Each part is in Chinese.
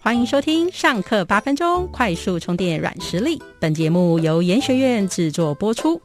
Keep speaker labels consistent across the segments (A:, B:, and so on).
A: 欢迎收听上课8分钟快速充电软实力。本节目由研学院制作播出。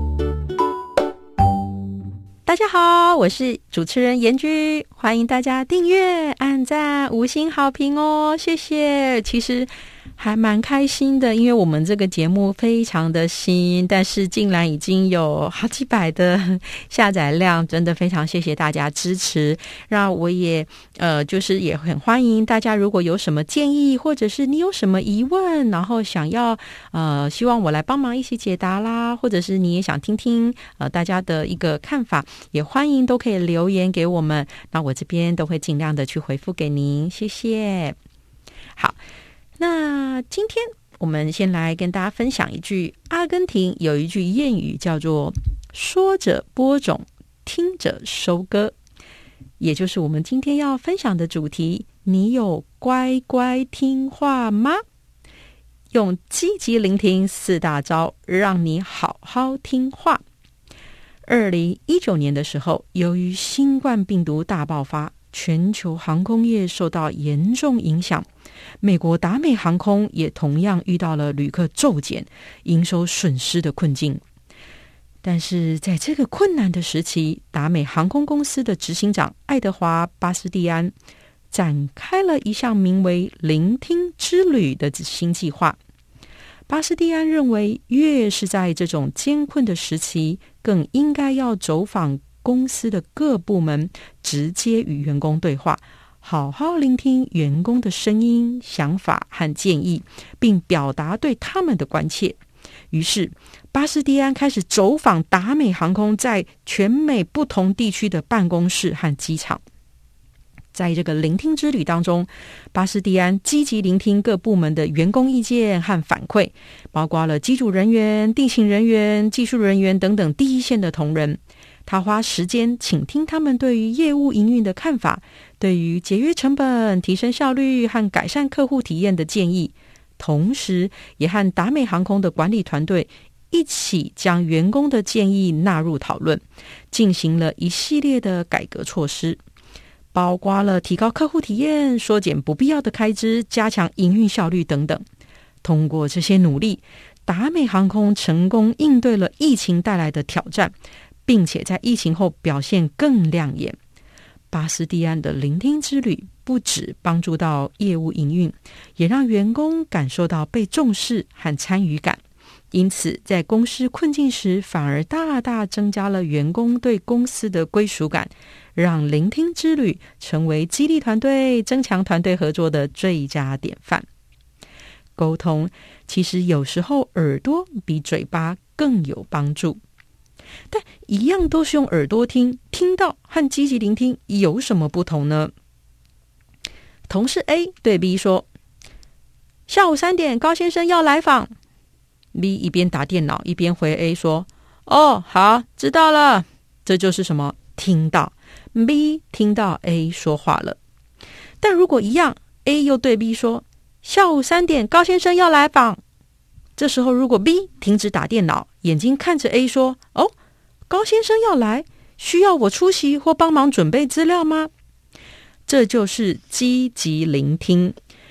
A: 大家好，我是主持人严居，欢迎大家订阅、按赞、5星好评哦，谢谢。其实还蛮开心的，因为我们这个节目非常的新，但是竟然已经有好几百的下载量，真的非常谢谢大家支持。让我也就是也很欢迎大家，如果有什么建议，或者是你有什么疑问，然后想要希望我来帮忙一起解答啦，或者是你也想听听大家的一个看法，也欢迎都可以留言给我们，那我这边都会尽量的去回复给您，谢谢。好，那今天我们先来跟大家分享一句，阿根廷有一句谚语叫做说者播种，听者收割，也就是我们今天要分享的主题，你有乖乖听话吗？用积极聆听4大招，让你好好听话。2019年的时候，由于新冠病毒大爆发，全球航空业受到严重影响，美国达美航空也同样遇到了旅客骤减、营收损失的困境。但是在这个困难的时期，达美航空公司的执行长爱德华·巴斯蒂安展开了一项名为聆听之旅的新计划。巴斯蒂安认为，越是在这种艰困的时期，更应该要走访公司的各部门，直接与员工对话，好好聆听员工的声音、想法和建议，并表达对他们的关切。于是巴斯蒂安开始走访达美航空在全美不同地区的办公室和机场。在这个聆听之旅当中，巴斯蒂安积极聆听各部门的员工意见和反馈，包括了机组人员、地勤人员、技术人员等等第一线的同仁。他花时间倾听他们对于业务营运的看法，对于节约成本、提升效率和改善客户体验的建议，同时也和达美航空的管理团队一起将员工的建议纳入讨论，进行了一系列的改革措施，包括了提高客户体验、缩减不必要的开支、加强营运效率等等。通过这些努力，达美航空成功应对了疫情带来的挑战，并且在疫情后表现更亮眼。巴斯蒂安的聆听之旅不只帮助到业务营运，也让员工感受到被重视和参与感。因此在公司困境时，反而大大增加了员工对公司的归属感，让聆听之旅成为激励团队、增强团队合作的最佳典范。沟通其实有时候耳朵比嘴巴更有帮助，但一样都是用耳朵听，听到和积极聆听有什么不同呢？同事 A 对 B 说，下午3点高先生要来访。 B 一边打电脑一边回 A 说，哦，好，知道了。这就是什么？听到。 B 听到 A 说话了。但如果一样， A 又对 B 说，下午3点高先生要来访。这时候如果 B 停止打电脑，眼睛看着 A 说，哦，高先生要来，需要我出席或帮忙准备资料吗？这就是积极聆听。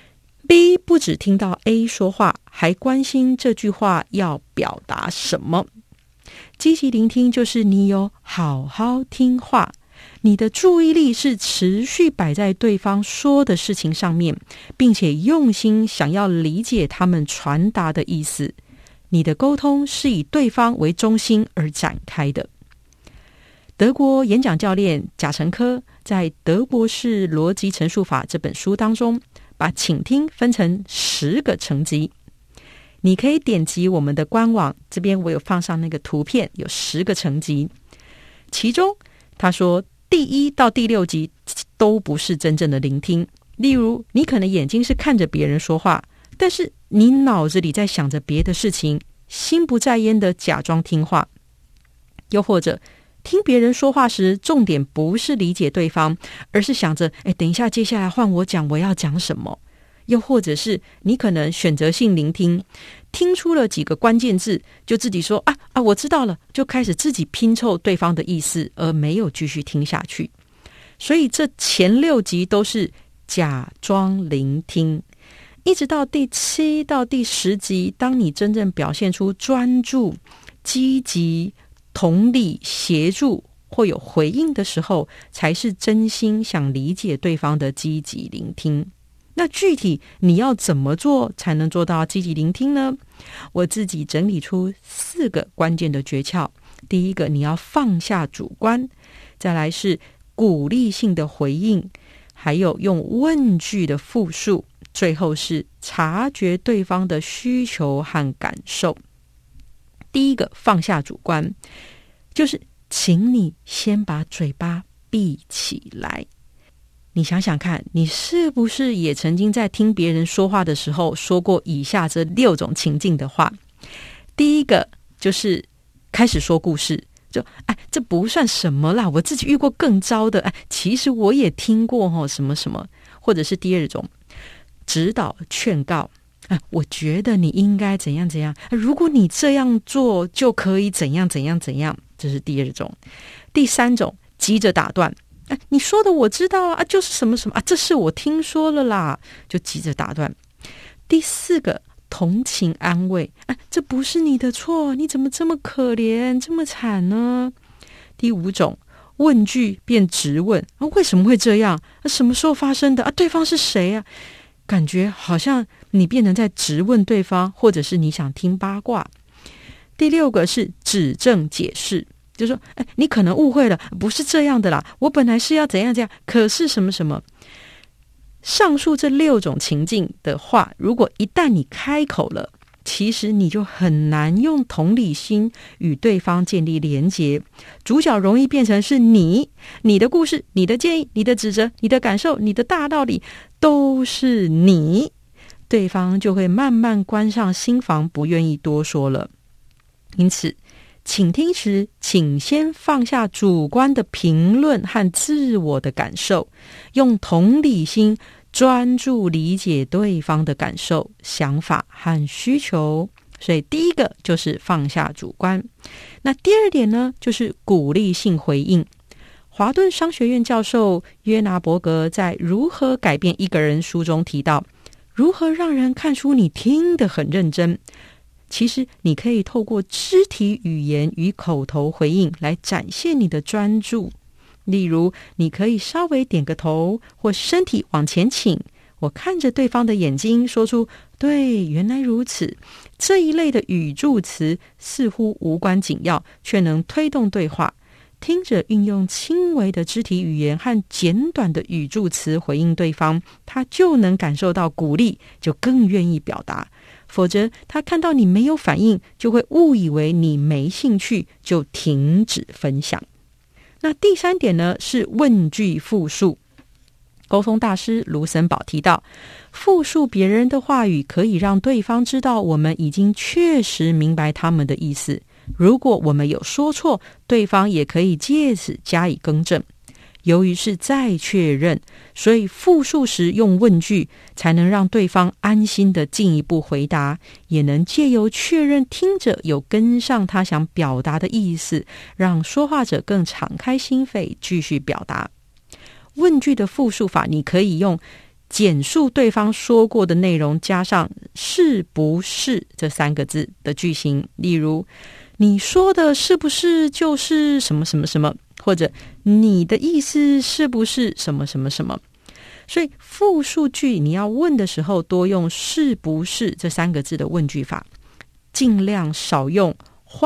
A: B 不只听到 A 说话，还关心这句话要表达什么。积极聆听就是你有好好听话，你的注意力是持续摆在对方说的事情上面，并且用心想要理解他们传达的意思。你的沟通是以对方为中心而展开的。德国演讲教练贾承科在《德国式逻辑陈述法》这本书当中，把倾听分成10个层级。你可以点击我们的官网，这边我有放上那个图片，有10个层级。其中他说第1到第6级都不是真正的聆听。例如你可能眼睛是看着别人说话，但是你脑子里在想着别的事情，心不在焉的假装听话。又或者听别人说话时，重点不是理解对方，而是想着等一下接下来换我讲，我要讲什么。又或者是你可能选择性聆听，听出了几个关键字，就自己说我知道了，就开始自己拼凑对方的意思，而没有继续听下去。所以这前6级都是假装聆听。 一直到第7到第10集，当你真正表现出专注、积极、同理、协助或有回应的时候，才是真心想理解对方的积极聆听。那具体你要怎么做才能做到积极聆听呢？我自己整理出4个关键的诀窍。第一个，你要放下主观，再来是鼓励性的回应，还有用问句的复述，最后是察觉对方的需求和感受。第一个，放下主观，就是请你先把嘴巴闭起来。你想想看，你是不是也曾经在听别人说话的时候说过以下这6种情境的话？第一个就是开始说故事，就这不算什么啦，我自己遇过更糟的，其实我也听过什么什么。或者是第2种，指导劝告，我觉得你应该怎样怎样，如果你这样做就可以怎样怎样怎样，这是第2种。第3种，急着打断，你说的我知道啊，就是什么什么这是我听说了啦，就急着打断。第4个，同情安慰，这不是你的错，你怎么这么可怜，这么惨呢？第5种，问句变质问，为什么会这样？什么时候发生的？对方是谁啊？感觉好像你变成在质问对方，或者是你想听八卦。第6个是指正解释，就说你可能误会了，不是这样的啦，我本来是要怎样怎样，可是什么什么。上述这6种情境的话，如果一旦你开口了，其实你就很难用同理心与对方建立连结，主角容易变成是你的故事、你的建议、你的指责、你的感受、你的大道理都是你，对方就会慢慢关上心房，不愿意多说了。因此倾听时，请先放下主观的评论和自我的感受，用同理心专注理解对方的感受、想法和需求。所以第一个就是放下主观。那第2点呢，就是鼓励性回应。华顿商学院教授约拿伯格在《如何改变一个人》书中提到，如何让人看出你听得很认真。其实你可以透过肢体语言与口头回应来展现你的专注。例如，你可以稍微点个头，或身体往前倾，我看着对方的眼睛说出对，原来如此，这一类的语助词似乎无关紧要，却能推动对话。听着运用轻微的肢体语言和简短的语助词回应对方，他就能感受到鼓励，就更愿意表达。否则他看到你没有反应，就会误以为你没兴趣，就停止分享。那第3点呢，是问句复述。沟通大师卢森堡提到，复述别人的话语可以让对方知道我们已经确实明白他们的意思，如果我们有说错，对方也可以借此加以更正。由于是再确认，所以复述时用问句，才能让对方安心的进一步回答，也能借由确认听者有跟上他想表达的意思，让说话者更敞开心扉继续表达。问句的复述法，你可以用简述对方说过的内容，加上是不是这3个字的句型。例如，你说的是不是就是什么什么什么，或者你的意思是不是什么什么什么。所以复述句你要问的时候，多用是不是这3个字的问句法，尽量少用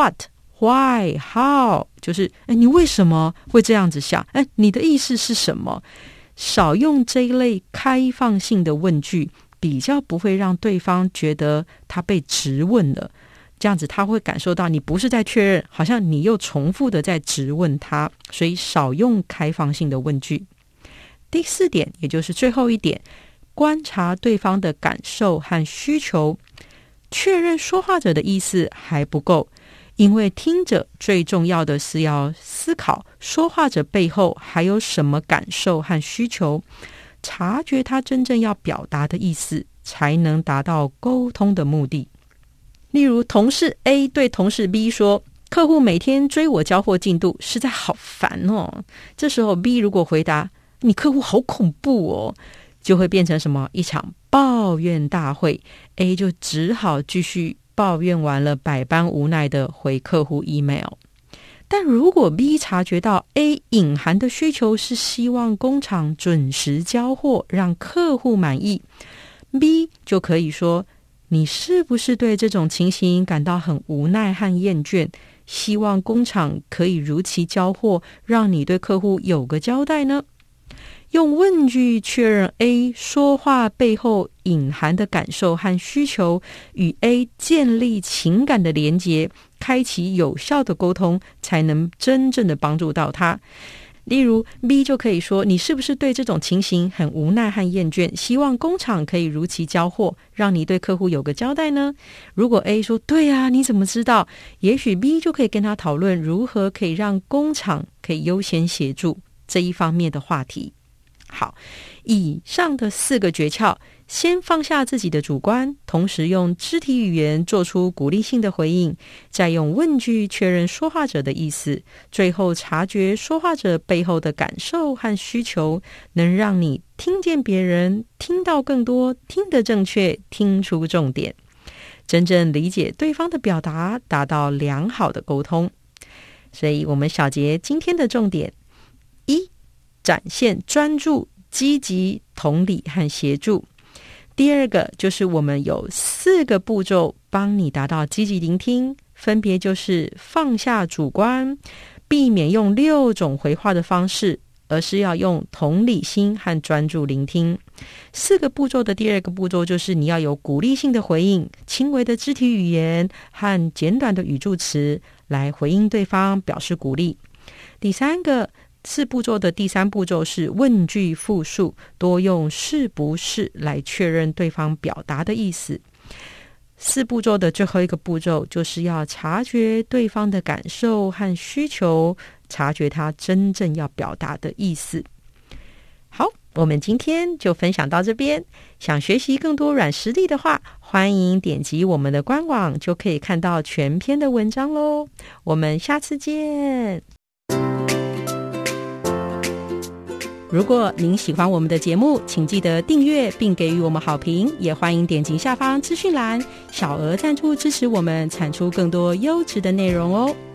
A: what、why、how， 就是你为什么会这样子想，你的意思是什么。少用这一类开放性的问句，比较不会让对方觉得他被质问了，这样子他会感受到你不是在确认，好像你又重复的在质问他，所以少用开放性的问句。第4点，也就是最后一点，观察对方的感受和需求。确认说话者的意思还不够，因为听者最重要的是要思考说话者背后还有什么感受和需求，察觉他真正要表达的意思，才能达到沟通的目的。例如，同事 A 对同事 B 说，客户每天追我交货进度，实在好烦哦。这时候 B 如果回答，你客户好恐怖哦，就会变成什么？一场抱怨大会， A 就只好继续抱怨完了，百般无奈的回客户 email。 但如果 B 察觉到 A 隐含的需求是希望工厂准时交货，让客户满意， B 就可以说，你是不是对这种情形感到很无奈和厌倦，希望工厂可以如期交货，让你对客户有个交代呢？用问句确认 A 说话背后隐含的感受和需求，与 A 建立情感的连结，开启有效的沟通，才能真正的帮助到他。例如 B 就可以说，你是不是对这种情形很无奈和厌倦，希望工厂可以如期交货，让你对客户有个交代呢？如果 A 说，对啊，你怎么知道？也许 B 就可以跟他讨论如何可以让工厂可以优先协助这一方面的话题。好，以上的4个诀窍，先放下自己的主观，同时用肢体语言做出鼓励性的回应，再用问句确认说话者的意思，最后察觉说话者背后的感受和需求，能让你听见别人，听到更多，听得正确，听出重点，真正理解对方的表达，达到良好的沟通。所以我们小结今天的重点：一、展现专注、积极、同理和协助。第二个就是我们有4个步骤帮你达到积极聆听，分别就是放下主观，避免用6种回话的方式，而是要用同理心和专注聆听。4个步骤的第2个步骤就是你要有鼓励性的回应，轻微的肢体语言和简短的语助词来回应对方，表示鼓励。第3个4步骤的第3步骤是问句复述，多用是不是来确认对方表达的意思。4步骤的最后一个步骤就是要察觉对方的感受和需求，察觉他真正要表达的意思。好，我们今天就分享到这边。想学习更多软实力的话，欢迎点击我们的官网，就可以看到全篇的文章咯。我们下次见。如果您喜欢我们的节目，请记得订阅并给予我们好评，也欢迎点击下方资讯栏小额赞助支持我们产出更多优质的内容哦。